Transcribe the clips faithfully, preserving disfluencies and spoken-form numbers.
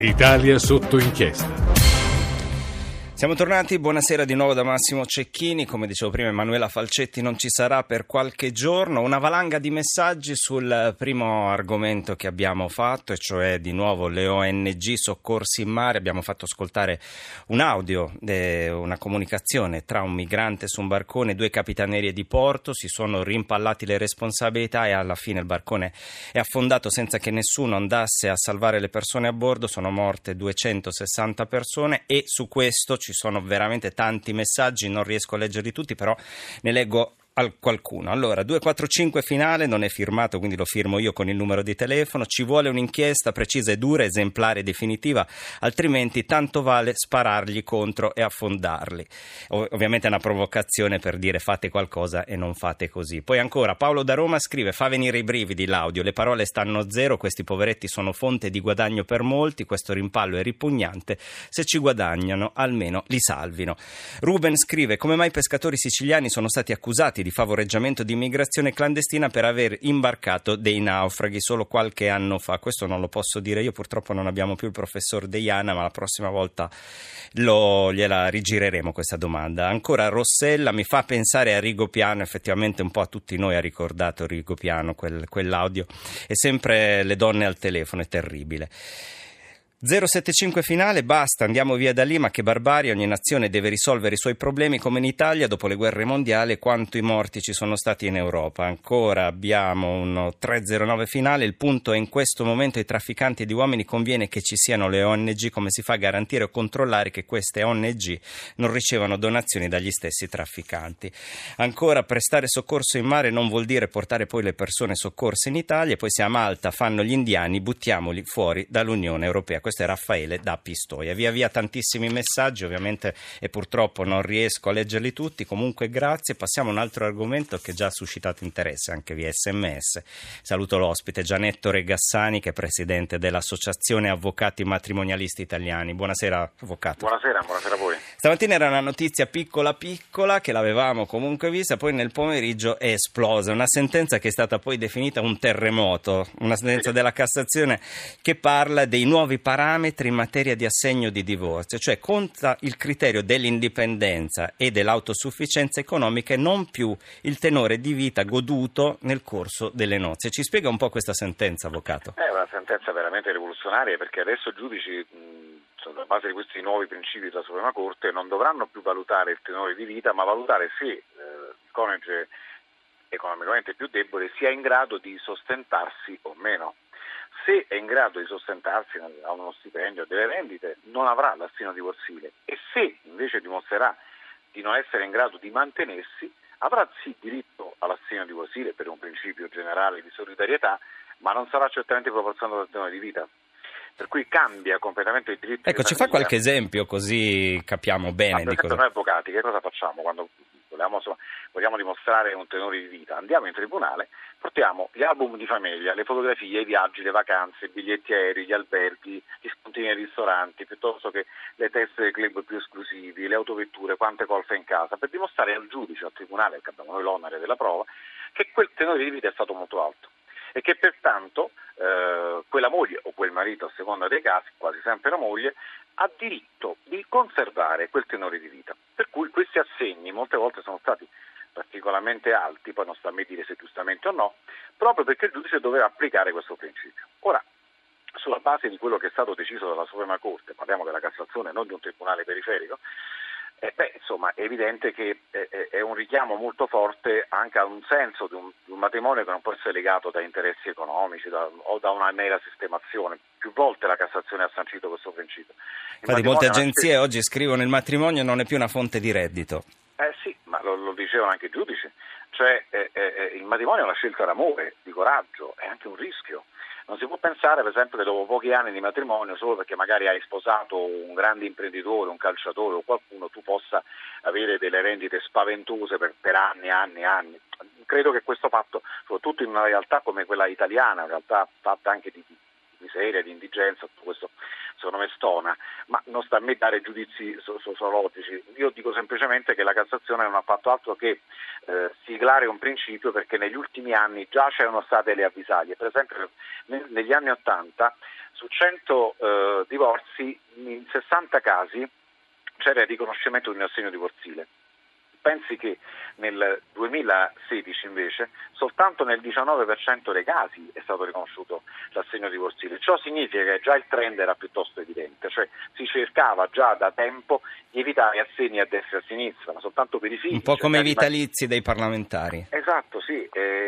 Italia sotto inchiesta. Siamo tornati, buonasera di nuovo da Massimo Cecchini. Come dicevo prima, Emanuela Falcetti non ci sarà per qualche giorno. Una valanga di messaggi sul primo argomento che abbiamo fatto, e cioè di nuovo le O N G, soccorsi in mare. Abbiamo fatto ascoltare un audio, eh, una comunicazione tra un migrante su un barcone e due capitanerie di porto. Si sono rimpallati le responsabilità e alla fine il barcone è affondato senza che nessuno andasse a salvare le persone a bordo. Sono morte duecentosessanta persone e su questo ci sono veramente tanti messaggi, non riesco a leggerli tutti, però ne leggo al qualcuno. Allora, due quattro cinque finale, non è firmato, quindi lo firmo io con il numero di telefono. Ci vuole un'inchiesta precisa e dura, esemplare e definitiva, altrimenti tanto vale sparargli contro e affondarli. O- ovviamente è una provocazione per dire fate qualcosa e non fate così. Poi ancora Paolo da Roma scrive: fa venire i brividi l'audio, le parole stanno a zero, questi poveretti sono fonte di guadagno per molti, questo rimpallo è ripugnante, se ci guadagnano almeno li salvino. Ruben scrive: come mai i pescatori siciliani sono stati accusati di favoreggiamento di immigrazione clandestina per aver imbarcato dei naufraghi solo qualche anno fa? Questo non lo posso dire io, purtroppo non abbiamo più il professor Deiana, ma la prossima volta lo, gliela rigireremo questa domanda. Ancora Rossella: mi fa pensare a Rigopiano, effettivamente un po' a tutti noi ha ricordato Rigopiano quel, quell'audio, e sempre le donne al telefono, è terribile. zero sette cinque finale, basta, andiamo via da lì, ma che barbarie, ogni nazione deve risolvere i suoi problemi come in Italia dopo le guerre mondiali, quanto i morti ci sono stati in Europa. Ancora abbiamo un tre zero nove finale, il punto è in questo momento ai trafficanti di uomini conviene che ci siano le O N G, come si fa a garantire o controllare che queste O N G non ricevano donazioni dagli stessi trafficanti. Ancora, prestare soccorso in mare non vuol dire portare poi le persone soccorse in Italia, poi se a Malta fanno gli indiani buttiamoli fuori dall'Unione Europea. Questo è Raffaele da Pistoia. Via via tantissimi messaggi, ovviamente, e purtroppo non riesco a leggerli tutti. Comunque grazie. Passiamo a un altro argomento che già ha suscitato interesse anche via S M S. Saluto l'ospite Gianetto Regassani, che è presidente dell'Associazione Avvocati Matrimonialisti Italiani. Buonasera avvocato. Buonasera, buonasera a voi. Stamattina era una notizia piccola piccola che l'avevamo comunque vista, poi nel pomeriggio è esplosa una sentenza che è stata poi definita un terremoto, una sentenza sì. della Cassazione che parla dei nuovi parametri in materia di assegno di divorzio, cioè conta il criterio dell'indipendenza e dell'autosufficienza economica e non più il tenore di vita goduto nel corso delle nozze. Ci spiega un po' questa sentenza, avvocato? È una sentenza veramente rivoluzionaria, perché adesso i giudici, mh, sulla base di questi nuovi principi della Suprema Corte, non dovranno più valutare il tenore di vita, ma valutare se eh, il coniuge economicamente più debole sia in grado di sostentarsi o meno. Se è in grado di sostentarsi, ha uno stipendio, delle rendite, non avrà l'assegno divorzile, e se invece dimostrerà di non essere in grado di mantenersi, avrà sì diritto all'assegno divorzile per un principio generale di solidarietà, ma non sarà certamente proporzionato al tenore di vita. Per cui cambia completamente il diritto. Ecco, ci fa qualche esempio così capiamo bene. Ma per esempio, noi avvocati che cosa facciamo quando vogliamo, insomma, vogliamo dimostrare un tenore di vita? Andiamo in tribunale, portiamo gli album di famiglia, le fotografie, i viaggi, le vacanze, i biglietti aerei, gli alberghi, gli spuntini ai ristoranti, piuttosto che le teste dei club più esclusivi, le autovetture, quante colfe in casa, per dimostrare al giudice, al tribunale, che abbiamo noi l'onere della prova, che quel tenore di vita è stato molto alto e che pertanto eh, quella moglie o quel marito, a seconda dei casi, quasi sempre la moglie, ha diritto di conservare quel tenore di vita. Per cui questi assegni molte volte sono stati particolarmente alti, poi non sta a me dire se giustamente o no, proprio perché il giudice doveva applicare questo principio. Ora, sulla base di quello che è stato deciso dalla Suprema Corte, parliamo della Cassazione, non di un tribunale periferico, eh, beh, insomma, è evidente che eh, è un richiamo molto forte anche a un senso di un, di un matrimonio che non può essere legato da interessi economici da, o da una mera sistemazione. Più volte la Cassazione ha sancito questo principio. Il Infatti molte agenzie una... oggi scrivono il matrimonio non è più una fonte di reddito. Eh sì, ma lo, lo dicevano anche i giudici, cioè eh, eh, il matrimonio è una scelta d'amore, di coraggio, è anche un rischio. Non si può pensare, per esempio, che dopo pochi anni di matrimonio, solo perché magari hai sposato un grande imprenditore, un calciatore o qualcuno, tu possa avere delle rendite spaventose per, per anni, anni, anni. Credo che questo fatto, soprattutto in una realtà come quella italiana, una realtà fatta anche di miseria, di indigenza, tutto questo, secondo secondo me stona, ma non sta a me dare giudizi sociologici. Io dico semplicemente che la Cassazione non ha fatto altro che eh, siglare un principio, perché negli ultimi anni già c'erano state le avvisaglie. Per esempio negli anni Ottanta su cento eh, divorzi, in sessanta casi c'era il riconoscimento di un assegno divorzile. Pensi che nel duemilasedici invece soltanto nel diciannove per cento dei casi è stato riconosciuto l'assegno divorzile. Ciò significa che già il trend era piuttosto evidente, cioè si cercava già da tempo di evitare assegni a destra e a sinistra, ma soltanto per i figli. Un po' come i vitalizi di... dei parlamentari. Esatto, sì.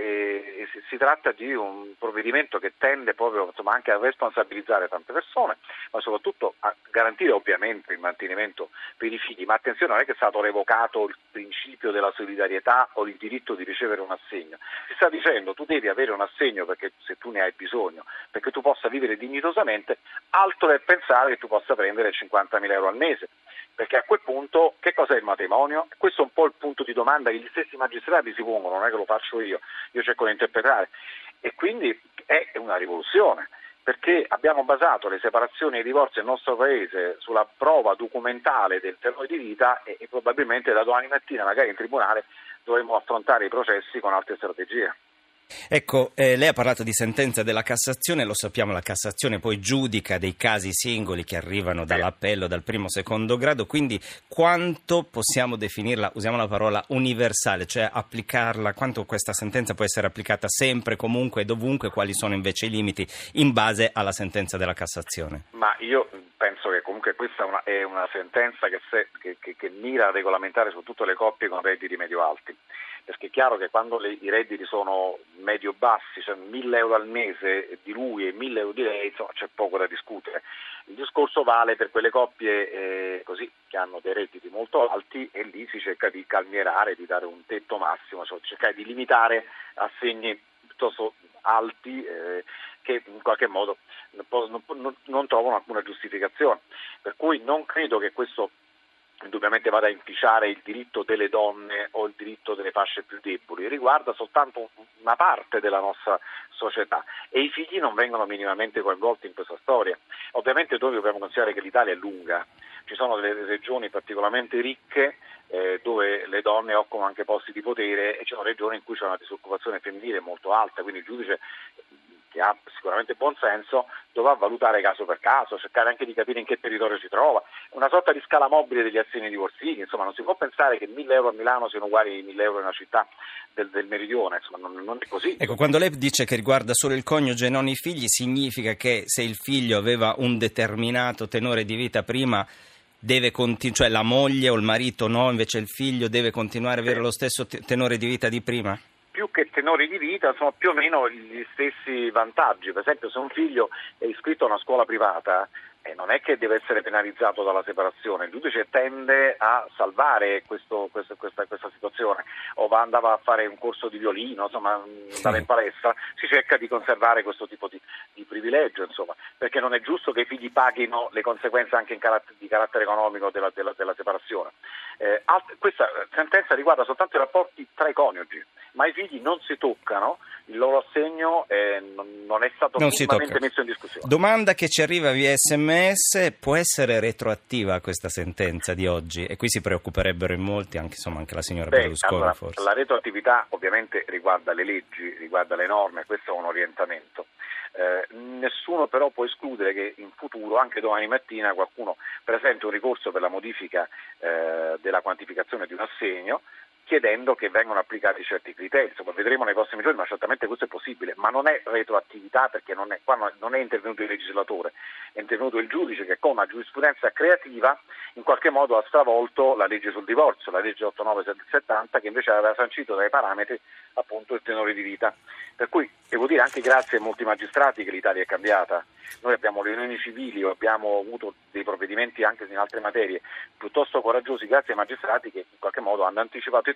Eh, si, si tratta di un provvedimento che tende proprio insomma, anche a responsabilizzare tante persone, ma soprattutto a garantire ovviamente il mantenimento per i figli. Ma attenzione, non è che è stato revocato il principio della solidarietà o il diritto di ricevere un assegno. Si sta dicendo tu devi avere un assegno perché se tu ne hai bisogno, perché tu possa vivere dignitosamente, altro è pensare che tu possa prendere cinquantamila euro al mese, perché a quel punto che cos'è il matrimonio? Questo è un po' il punto di domanda che gli stessi magistrati si pongono, non è che lo faccio io, io cerco di interpretare, e quindi è una rivoluzione, perché abbiamo basato le separazioni e i divorzi nel nostro paese sulla prova documentale del tenore di vita e, e probabilmente da domani mattina magari in tribunale dovremo affrontare i processi con altre strategie. Ecco, eh, lei ha parlato di sentenza della Cassazione, lo sappiamo, la Cassazione poi giudica dei casi singoli che arrivano dall'appello, dal primo o secondo grado, quindi quanto possiamo definirla, usiamo la parola universale, cioè applicarla, quanto questa sentenza può essere applicata sempre, comunque e dovunque, quali sono invece i limiti in base alla sentenza della Cassazione? Ma io penso che comunque questa è una, è una sentenza che, se, che, che, che mira a regolamentare su tutte le coppie con redditi medio-alti. Perché è chiaro che quando le, i redditi sono medio-bassi, cioè mille euro al mese di lui e mille euro di lei, insomma c'è poco da discutere. Il discorso vale per quelle coppie eh, così che hanno dei redditi molto alti e lì si cerca di calmierare, di dare un tetto massimo, cioè cercare di limitare assegni piuttosto alti eh, che in qualche modo non, non, non trovano alcuna giustificazione. Per cui non credo che questo indubbiamente vada a inficiare il diritto delle donne o il diritto delle fasce più deboli, riguarda soltanto una parte della nostra società e i figli non vengono minimamente coinvolti in questa storia. Ovviamente noi dobbiamo considerare che l'Italia è lunga, ci sono delle regioni particolarmente ricche eh, dove le donne occupano anche posti di potere e ci sono regioni in cui c'è una disoccupazione femminile molto alta, quindi il giudice che ha sicuramente buon senso dovrà valutare caso per caso, cercare anche di capire in che territorio si trova, una sorta di scala mobile degli assegni divorzili, insomma non si può pensare che mille euro a Milano siano uguali ai mille euro in una città del, del meridione, insomma non, non è così. Ecco, quando lei dice che riguarda solo il coniuge e non i figli, significa che se il figlio aveva un determinato tenore di vita prima, deve continu- cioè la moglie o il marito no, invece il figlio deve continuare a avere lo stesso te- tenore di vita di prima? Più che tenori di vita sono più o meno gli stessi vantaggi. Per esempio se un figlio è iscritto a una scuola privata eh, non è che deve essere penalizzato dalla separazione, il giudice tende a salvare questo, questo, questa, questa situazione, o va, andava a fare un corso di violino, insomma andava in palestra, si cerca di conservare questo tipo di, di privilegio, insomma, perché non è giusto che i figli paghino le conseguenze anche in caratter- di carattere economico della, della, della separazione. Eh, alt- questa sentenza riguarda soltanto i rapporti tra i coniugi, ma i figli non si toccano, il loro assegno eh, non, non è stato non minimamente messo in discussione. Domanda che ci arriva via sms: può essere retroattiva questa sentenza di oggi? E qui si preoccuperebbero in molti, anche, insomma, anche la signora Beh, Berlusconi allora, forse. La retroattività ovviamente riguarda le leggi, riguarda le norme, questo è un orientamento. Eh, nessuno però può escludere che in futuro, anche domani mattina, qualcuno presenti un ricorso per la modifica eh, della quantificazione di un assegno, chiedendo che vengano applicati certi criteri. Insomma, vedremo nei prossimi giorni, ma certamente questo è possibile, ma non è retroattività, perché non è, qua non è intervenuto il legislatore, è intervenuto il giudice che con una giurisprudenza creativa in qualche modo ha stravolto la legge sul divorzio, la legge ottantanove settanta, che invece aveva sancito dai parametri appunto il tenore di vita. Per cui devo dire anche grazie a molti magistrati che l'Italia è cambiata. Noi abbiamo le unioni civili o abbiamo avuto dei provvedimenti anche in altre materie piuttosto coraggiosi grazie ai magistrati che in qualche modo hanno anticipato i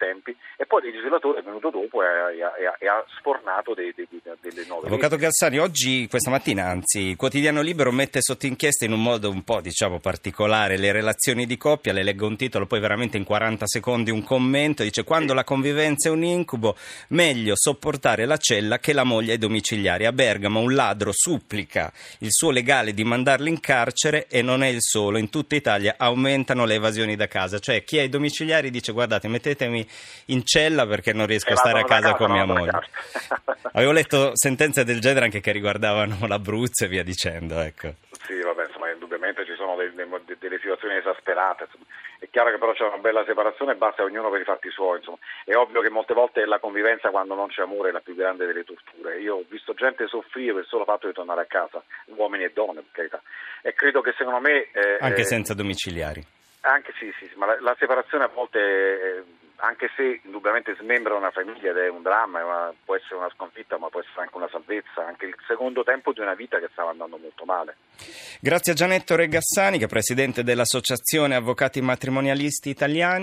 tempi, e poi il legislatore è venuto dopo e ha, e ha, e ha sfornato dei, dei, delle nuove Avvocato leggi. Gassani, oggi, questa mattina, anzi, il Quotidiano Libero mette sotto inchiesta in un modo un po', diciamo, particolare le relazioni di coppia. Le leggo un titolo, poi veramente in quaranta secondi un commento. Dice: quando la convivenza è un incubo, meglio sopportare la cella che la moglie ai domiciliari. A Bergamo un ladro supplica il suo legale di mandarlo in carcere, e non è il solo. In tutta Italia aumentano le evasioni da casa. Cioè, chi ha i domiciliari dice: guardate, mettetemi in cella perché non riesco a stare a casa con mia moglie. Avevo letto sentenze del genere anche che riguardavano l'Abruzzo e via dicendo, ecco. Sì, vabbè, insomma, indubbiamente ci sono delle, delle situazioni esasperate. Insomma. È chiaro che però c'è una bella separazione e basta ognuno per i fatti suoi. Insomma. È ovvio che molte volte la convivenza, quando non c'è amore, è la più grande delle torture. Io ho visto gente soffrire per il solo fatto di tornare a casa, uomini e donne, per carità. E credo che secondo me... Eh, anche senza domiciliari. Anche sì, sì, ma la, la separazione a volte... Eh, anche se indubbiamente smembra una famiglia ed è un dramma, una, può essere una sconfitta, ma può essere anche una salvezza, anche il secondo tempo di una vita che stava andando molto male. Grazie a Gianetto Regassani, che è presidente dell'Associazione Avvocati Matrimonialisti Italiani.